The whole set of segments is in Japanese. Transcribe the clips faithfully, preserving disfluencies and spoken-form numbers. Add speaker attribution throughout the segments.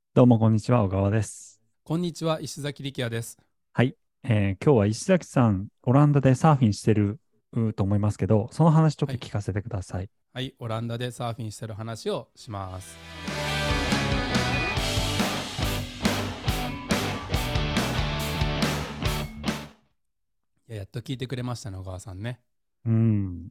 Speaker 1: どうもこんにちは、小川です。
Speaker 2: こんにちは、石崎力也です。
Speaker 1: はい、えー今日は石崎さん、オランダでサーフィンしてるうと思いますけど、その話ちょっ
Speaker 2: はい、
Speaker 1: と聞かせてください。
Speaker 2: はい、オランダでサーフィンしてる話をします。いや、やっと聞いてくれましたね、小川さんね。
Speaker 1: うん、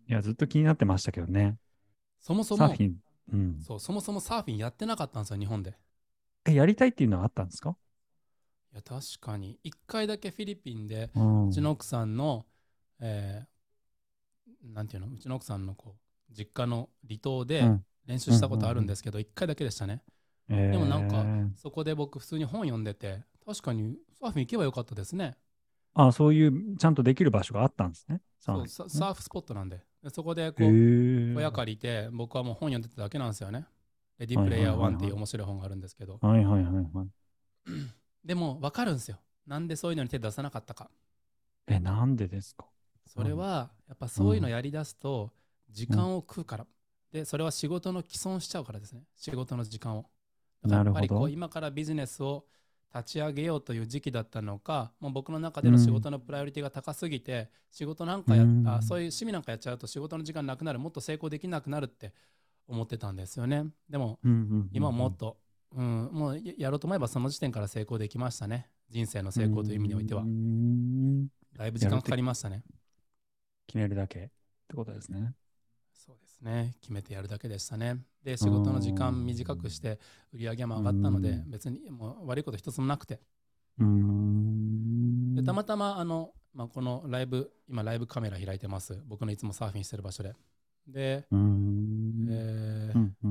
Speaker 1: いや、ずっと気になってましたけどね。
Speaker 2: そもそも、
Speaker 1: サーフィン、うん。
Speaker 2: そう、そもそもサーフィンやってなかったんですよ、日本で。
Speaker 1: え、やりたいっていうのはあったんですか？
Speaker 2: いや、確かに、一回だけフィリピンで、
Speaker 1: うん、うん、
Speaker 2: うちの奥さんの、えーなんていうの、うちの奥さんのこう、実家の離島で
Speaker 1: うん、
Speaker 2: 練習
Speaker 1: うん、
Speaker 2: したことある
Speaker 1: うん。
Speaker 2: んですけど、一回だけでしたね。
Speaker 1: え
Speaker 2: でもなんか、
Speaker 1: ー、
Speaker 2: そこで僕、普通に本読んでて、確かにサーフィン行けばよかったですね。
Speaker 1: あ、そういうちゃんとできる場所があったんですね。サー
Speaker 2: そう、
Speaker 1: フィンね。
Speaker 2: ササーフスポットなんで。でそこで
Speaker 1: へ
Speaker 2: こう、小屋
Speaker 1: え、
Speaker 2: 借りて、僕はもう本読んでただけなんですよね。レディ
Speaker 1: はいはい
Speaker 2: プレイヤーワンっていう面
Speaker 1: はいはい。
Speaker 2: 白い本があるんですけど。
Speaker 1: はいはいはいはい。
Speaker 2: でも、わかるんですよ。なんでそういうのに手出さなかったか。
Speaker 1: え、なんでですか？
Speaker 2: そ
Speaker 1: なんで？
Speaker 2: れは、やっぱそういうの
Speaker 1: うん、
Speaker 2: やりだすと、時
Speaker 1: うん。
Speaker 2: 間を食うから。で、それは仕事の既存しちゃうからですね。仕事の時間を。だからや
Speaker 1: な
Speaker 2: っぱりこう、
Speaker 1: るほど。
Speaker 2: 今からビジネスを立ち上げようという時期だったのか、もう僕の中での仕
Speaker 1: うん、
Speaker 2: 事のプライオリティが高すぎて、仕事なん
Speaker 1: う
Speaker 2: かやあ、そう
Speaker 1: ん。
Speaker 2: いう趣味なんかやっちゃうと仕事の時間なくなる、もっと成功できなくなるって思ってたんですよね。でも、
Speaker 1: うんうん
Speaker 2: 今は
Speaker 1: うん
Speaker 2: もっと、うん、もうややろうと思えばその時点から成功できましたね。人生の
Speaker 1: うん。
Speaker 2: 成功という意味においては。
Speaker 1: うーん。
Speaker 2: だいぶ時間かか
Speaker 1: やるって
Speaker 2: りましたね。
Speaker 1: 決めるだけってことですね。
Speaker 2: そうですね。決めてやるだけでしたね。で、
Speaker 1: うー
Speaker 2: 仕事の時間短くし
Speaker 1: ん。
Speaker 2: て売り上げも
Speaker 1: うー
Speaker 2: 上がったので、
Speaker 1: ん。
Speaker 2: 別にもう悪いこと一つもなくて。
Speaker 1: うー
Speaker 2: で、た
Speaker 1: ん。
Speaker 2: またま、あの、まあ、このライブ、今ライブカメラ開いてます。僕のいつもサーフィンしてる場所で。で、
Speaker 1: うーん。
Speaker 2: えー
Speaker 1: うんうん。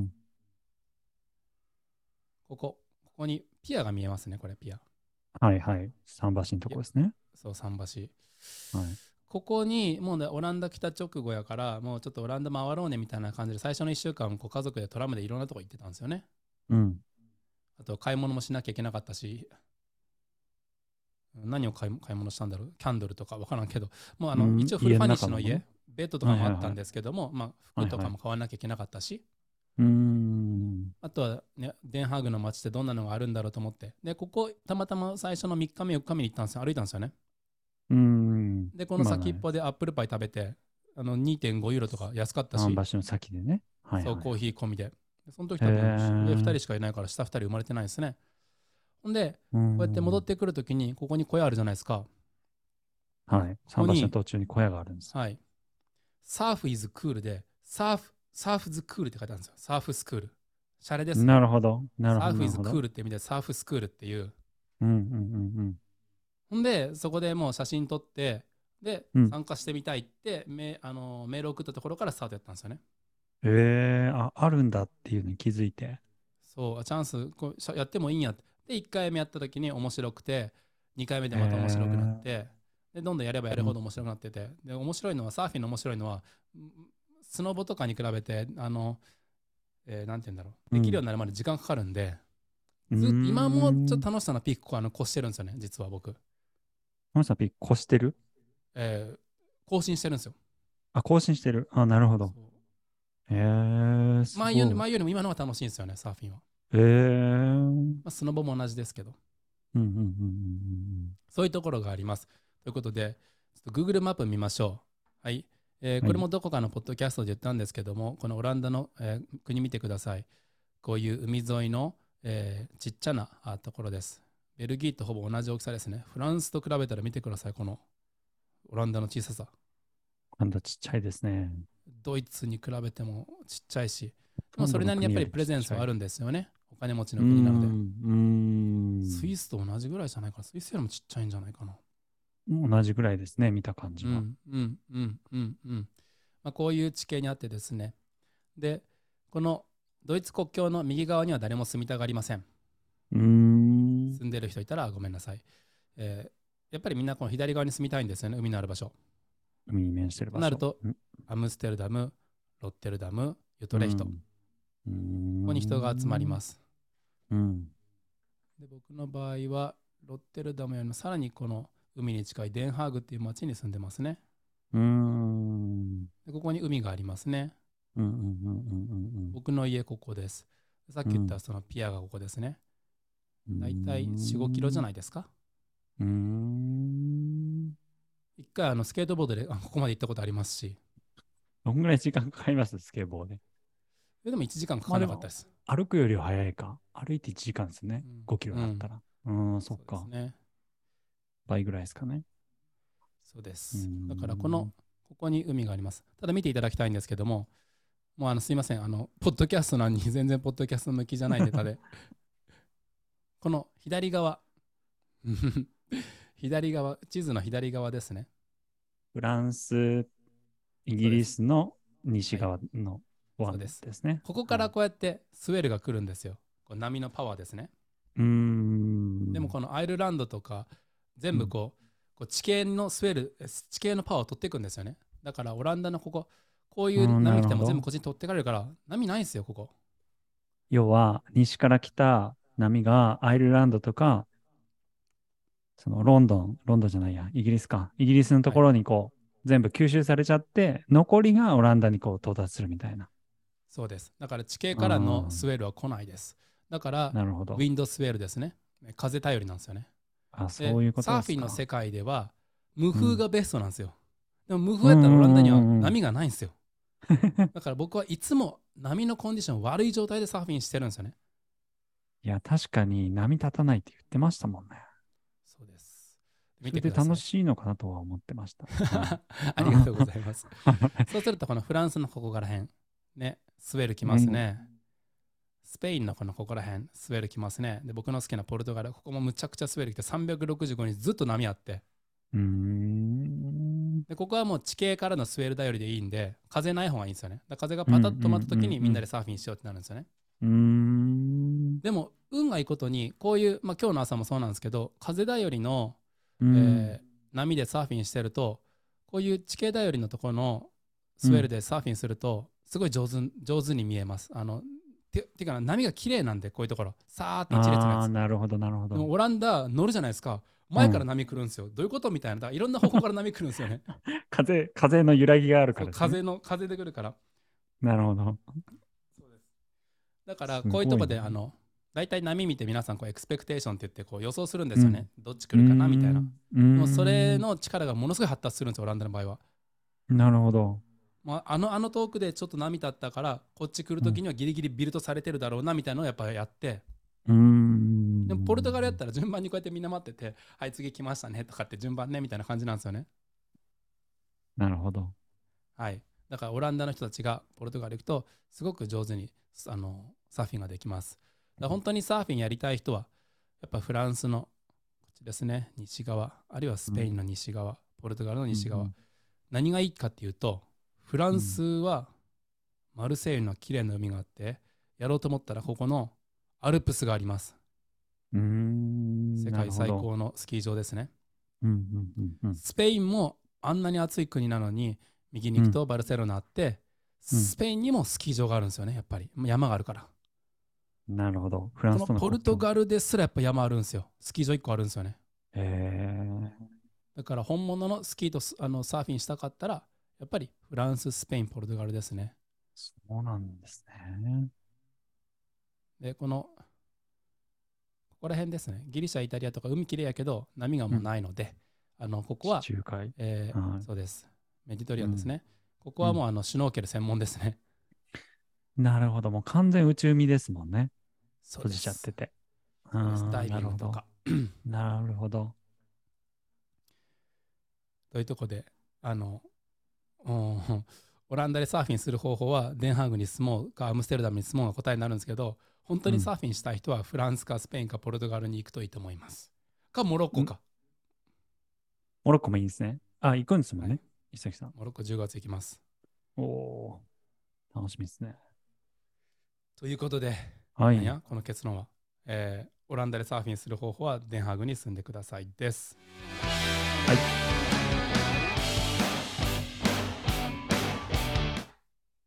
Speaker 2: ここ、ここにピアが見えますね、これ、ピア。
Speaker 1: はいはい。桟橋のと
Speaker 2: いや、
Speaker 1: こですね。
Speaker 2: そう、桟橋。
Speaker 1: はい。
Speaker 2: ここに、もうね、オランダ来た直後やから、もうちょっとオランダ回ろうねみたいな感じで、最初のいっしゅうかん、こう家族でトラムでいろんなとこ行ってたんですよね。
Speaker 1: うん。
Speaker 2: あと、買い物もしなきゃいけなかったし、何を買い買い物したんだろう、キャンドルとか分からんけど、もうあの
Speaker 1: うん。家の
Speaker 2: 一応フルファニッシュの家、
Speaker 1: 中のもの。
Speaker 2: ベッドとかもあったん
Speaker 1: はいはいはい。
Speaker 2: ですけども、まあ、服とか
Speaker 1: はいはい。
Speaker 2: も買わなきゃいけなかったし、
Speaker 1: うーん。
Speaker 2: あとはね、デンハーグの街ってどんなのがあるんだろうと思って、で、ここ、たまたま最初のみっかめ、よっかめに行ったんですよ、歩いたんですよね。
Speaker 1: うーん。
Speaker 2: で、この
Speaker 1: まあね。
Speaker 2: 先っぽでアップルパイ食べて、あのにてんごユーロとか安かったし、
Speaker 1: 桟橋の先でね。はい
Speaker 2: そう、
Speaker 1: はい。
Speaker 2: コーヒー込みで。でその時
Speaker 1: へ
Speaker 2: 多分上2
Speaker 1: え。
Speaker 2: 人しかいないから下ふたり生まれてないですね。ほんで、
Speaker 1: うー
Speaker 2: こうやって戻っ
Speaker 1: ん。
Speaker 2: てくるときに、ここに小屋あるじゃないですか。
Speaker 1: はい。桟橋の
Speaker 2: ここに、
Speaker 1: 途中に小屋があるんですよ。
Speaker 2: はい、サーフイズクールで、サーフ、サーフズクールって書いてあるんですよ。サーフスクール。シャレですね。
Speaker 1: なるほど。なるほど、
Speaker 2: サーフイ
Speaker 1: なるほど。
Speaker 2: ズクールって意味でサーフスクールっていう。
Speaker 1: うんうん
Speaker 2: ほんで、そこでもう写真撮って、で、
Speaker 1: うんうん。
Speaker 2: 参加してみたいってメ、あのメール送ったところからスタートやったんですよね。
Speaker 1: うん。ええあ、あるんだっていうのに気づいて。
Speaker 2: そう、チャンスこうしゃやってもいいんやって。で、いっかいめやった時に面白くて、にかいめで
Speaker 1: へ
Speaker 2: また面白くなっ
Speaker 1: え。
Speaker 2: て、で、どんどんやればやる
Speaker 1: うん。
Speaker 2: ほど面白くなってて、で、面白いのは、サーフィンの面白いのは、スノボとかに比べて、あの、えーなんて言うんだろう、できるよう
Speaker 1: うん。
Speaker 2: になるまで時間かかるんで、
Speaker 1: うー
Speaker 2: ずっと今もちょっ
Speaker 1: ん。
Speaker 2: と楽しさのピークあの越してるんですよね、実は僕。
Speaker 1: この人はピ越してる？
Speaker 2: えー更新してるんですよ。
Speaker 1: あ、更新してる。あ、なるほど。
Speaker 2: そう
Speaker 1: へえ、す
Speaker 2: 前より
Speaker 1: ごい。
Speaker 2: 前よりも今の方が楽しいんですよね、サーフィンは。
Speaker 1: へえ。うん
Speaker 2: まあ、スノボも同じですけど、
Speaker 1: うんうんうん
Speaker 2: そういうところがあります。ということで、ちょっと Google マップ見ましょう。はい。えー
Speaker 1: うん。はい。
Speaker 2: これもどこかのポッドキャストで言ったんですけども、このオランダの、えー国見てください。こういう海沿いの、えーちっちゃなあところです。ベルギーとほぼ同じ大きさですね。フランスと比べたら見てください、このオランダの小ささ。
Speaker 1: なんだちっちゃいですね。
Speaker 2: ドイツに比べてもちっちゃいし、でも
Speaker 1: ほとんど
Speaker 2: それなりにやっ
Speaker 1: の国より
Speaker 2: ぱりプレゼン
Speaker 1: ちっちゃい。
Speaker 2: スはあるんですよね。お金持ち
Speaker 1: うー
Speaker 2: の国なので。
Speaker 1: ん。うーん。
Speaker 2: スイスと同じぐらいじゃないかな。スイスよりもちっちゃいんじゃないかな。
Speaker 1: 同じぐらいですね、見た感じは。
Speaker 2: うんうんうんうんうん。まあ、こういう地形にあってですね。で、このドイツ国境の右側には誰も住みたがりません。
Speaker 1: うーん。
Speaker 2: 住んでる人いたらごめんなさい。えーやっぱりみんなこの左側に住みたいんですよね、海のある場所。
Speaker 1: 海に面してる場所。
Speaker 2: となると、
Speaker 1: うん。
Speaker 2: アムステルダム、ロッテルダム、ユトレヒト。こ
Speaker 1: うん。うー
Speaker 2: こに人が集まり
Speaker 1: ん。
Speaker 2: ます。
Speaker 1: うん。
Speaker 2: で僕の場合は、ロッテルダムよりもさらにこの海に近いデンハーグっていう町に住んでますね。
Speaker 1: うーん。
Speaker 2: でここに海がありますね。
Speaker 1: うんうんうんうん
Speaker 2: 僕の家ここです。さっき言った
Speaker 1: うん
Speaker 2: そのピアがここですね。 だいたいよん、ごキロじゃないですか。
Speaker 1: うーん。
Speaker 2: 一回あのスケートボードであここまで行ったことありますし、
Speaker 1: どんぐらい時間かかりますスケボーで。
Speaker 2: えでもいちじかんか
Speaker 1: まあでも、
Speaker 2: かんなかったです。
Speaker 1: 歩くよりは早いか。歩いていちじかんですね。
Speaker 2: うん、
Speaker 1: ごキロ
Speaker 2: うん、
Speaker 1: だったら。うーん、そ
Speaker 2: そうです
Speaker 1: っか。
Speaker 2: ね。
Speaker 1: 倍ぐらいですかね。
Speaker 2: そうで
Speaker 1: うー
Speaker 2: す。だからこの、
Speaker 1: ん。
Speaker 2: ここに海があります。ただ見ていただきたいんですけども、もうあのすいません、あの、ポッドキャストなのに全然ポッドキャスト向きじゃないネタで、この左側、左側、地図の左側ですね。
Speaker 1: フランス、イギリ
Speaker 2: そうです。
Speaker 1: スの西
Speaker 2: はい、
Speaker 1: 側の湾
Speaker 2: そうです。
Speaker 1: ですね。
Speaker 2: ここか
Speaker 1: はい。
Speaker 2: らこうやってスウェールが来るんですよ。こう波のパワーですね。
Speaker 1: うーん。
Speaker 2: でもこのアイルランドとか、全
Speaker 1: うん。
Speaker 2: 部こう、こう地形のスウェール、地形のパワーを取っていくんですよね。だからオランダのここ、こういう
Speaker 1: うん、な
Speaker 2: 波来ても全部
Speaker 1: るほど。
Speaker 2: こっちに取ってかれるから、波ないんですよ、ここ。
Speaker 1: 要は、西から来た波がアイルランドとか、そのロンドン、ロンドンじゃないや、イギリスか。イギリスのと
Speaker 2: はい。
Speaker 1: ころにこう、全部吸収されちゃって、残りがオランダにこう到達するみたいな。
Speaker 2: そうです。だから地形
Speaker 1: う
Speaker 2: からのスウ
Speaker 1: ん。
Speaker 2: ェールは来ないです。だから、
Speaker 1: なるほど。
Speaker 2: ウィンドスウェールですね。風頼りなんですよね。
Speaker 1: あ、そ
Speaker 2: で、
Speaker 1: ういうこと
Speaker 2: サー
Speaker 1: ですか。
Speaker 2: フィンの世界では、無
Speaker 1: うん。
Speaker 2: 風がベストなんですよ。でも無風やったらオランダ
Speaker 1: うんう
Speaker 2: には
Speaker 1: んうんうん。
Speaker 2: 波がないんですよ。だから僕はいつも波のコンディション悪い状態でサーフィンしてるんですよね。
Speaker 1: いや、確かに波立たないって言ってましたもんね。
Speaker 2: そうです。見
Speaker 1: それで楽
Speaker 2: てください。
Speaker 1: しいのかなとは思ってました。はい。
Speaker 2: ありがとうございます。そうすると、このフランスのここから辺、ね、スウェール来
Speaker 1: うん。
Speaker 2: ますね。スペインのこのここら辺、スウェール来ますね。で、僕の好きなポルトガル、ここもむちゃくちゃスウェール来てさんびゃくろくじゅうごにちずっと波あって、
Speaker 1: うーん。
Speaker 2: で、ここはもう地形からのスウェール頼りでいいんで、風ない方がいいんですよね。だから風が
Speaker 1: うんう
Speaker 2: パタッと止まった時にみんなで
Speaker 1: ん
Speaker 2: サーフィンしようってなるんですよね。
Speaker 1: うんうん。うーん。
Speaker 2: でも、運がいいことに、こういう、まあ今日の朝もそうなんですけど、風頼りの、
Speaker 1: うん。
Speaker 2: えー波でサーフィンしてると、こういう地形頼りのところのスウェール
Speaker 1: うん。
Speaker 2: でサーフィンすると、すごい上手上手に見えます。あのててか波が綺麗なんで、こういうところ、さーって一列のや
Speaker 1: ああ、
Speaker 2: つ。
Speaker 1: なるほど、なるほど。
Speaker 2: でもオランダ乗るじゃないですか。
Speaker 1: うん。
Speaker 2: 前から波来るんですよ。どういうことみたいな。だからいろんな方向から波来るんですよね。
Speaker 1: 風、風の揺らぎがあるか
Speaker 2: そう
Speaker 1: らですね。
Speaker 2: 風の風で来るから。
Speaker 1: なるほど。
Speaker 2: そうです。だから
Speaker 1: す
Speaker 2: こういうとこ
Speaker 1: ごいな。
Speaker 2: であの大体波見て皆さんこうエクスペクテーションって言ってこう予想するんですよね。
Speaker 1: うん。
Speaker 2: どっち来
Speaker 1: うー
Speaker 2: るかなみたいな。
Speaker 1: ん。うー
Speaker 2: でもそれ
Speaker 1: ん。
Speaker 2: の力がものすごい発達するんですよ、オランダの場合は。
Speaker 1: なるほど。
Speaker 2: まあ、あのあの遠くでちょっと波立ったからこっち来るとき
Speaker 1: うん。
Speaker 2: にはギリギリビルトされてるだろうなみたいなのをやっぱやって、
Speaker 1: うー
Speaker 2: でもポルトガルやっ
Speaker 1: ん。
Speaker 2: たら順番にこうやってみんな待ってて、はい次来ましたねとかって順番ねみたいな感じなんですよね。
Speaker 1: なるほど。
Speaker 2: はい。だからオランダの人たちがポルトガル行くとすごく上手にあのサーフィンができます。だから本当にサーフィンやりたい人はやっぱフランスのこっちですね、西側、あるいはス
Speaker 1: うん。
Speaker 2: ペインの西側、ポルトガルの西側。
Speaker 1: うん。
Speaker 2: 何がいいかっていうと、フラン
Speaker 1: うん。
Speaker 2: スはマルセイユの綺麗な海があって、やろうと思ったらここのアルプスがあります。
Speaker 1: うーん。
Speaker 2: 世界
Speaker 1: なるほど。
Speaker 2: 最高のスキー場ですね。
Speaker 1: うん。うん。うん。うん。
Speaker 2: スペインもあんなに暑い国なのに、右に行く
Speaker 1: うん。
Speaker 2: とバルセロナあって、
Speaker 1: うん。
Speaker 2: スペインにもスキー場があるんですよね、やっぱり。山があるから。
Speaker 1: なるほど。フランス
Speaker 2: この
Speaker 1: との国境。
Speaker 2: ポルトガルですらやっぱ山あるんですよ。スキー場いっこあるんですよね。
Speaker 1: へえ。
Speaker 2: だから本物のスキーとあのサーフィンしたかったら、やっぱりフランス、スペイン、ポルトガルですね。
Speaker 1: そうなんですね。
Speaker 2: で、この、ここら辺ですね。ギリシャ、イタリアとか海きれいやけど、波がもう
Speaker 1: うん。
Speaker 2: ないので、あのここは、
Speaker 1: 地中海。
Speaker 2: えー
Speaker 1: は
Speaker 2: そうです。メディト
Speaker 1: い。うん。
Speaker 2: リアンですね。ここ
Speaker 1: うん。
Speaker 2: はもうあのシュノーケル専門ですね。
Speaker 1: なるほど。もう完全宇宙海ですもんね。
Speaker 2: そう
Speaker 1: 閉じちゃっ
Speaker 2: です。
Speaker 1: てて。うー
Speaker 2: そうです。ダ
Speaker 1: ん。
Speaker 2: イ
Speaker 1: なるほど。
Speaker 2: ビングとか。
Speaker 1: なるほど。
Speaker 2: というとこで、あの、うんオランダでサーフィンする方法は、デンハーグに住もうか、アムステルダムに住もうが答えになるんですけど、本当
Speaker 1: うん。
Speaker 2: にサーフィンしたい人は、フランスかスペインかポルトガルに行くといいと思います。か、モロッコ
Speaker 1: ん
Speaker 2: か。
Speaker 1: モロッコもいいですね。あ、行くんですも
Speaker 2: はい。
Speaker 1: んね。石崎さん。
Speaker 2: モロッコじゅうがつ行きます。
Speaker 1: おー、楽しみですね。
Speaker 2: ということで、
Speaker 1: はい。
Speaker 2: なんや、この結論は、えーオランダでサーフィンする方法は、デンハーグに住んでくださいです。
Speaker 1: はい。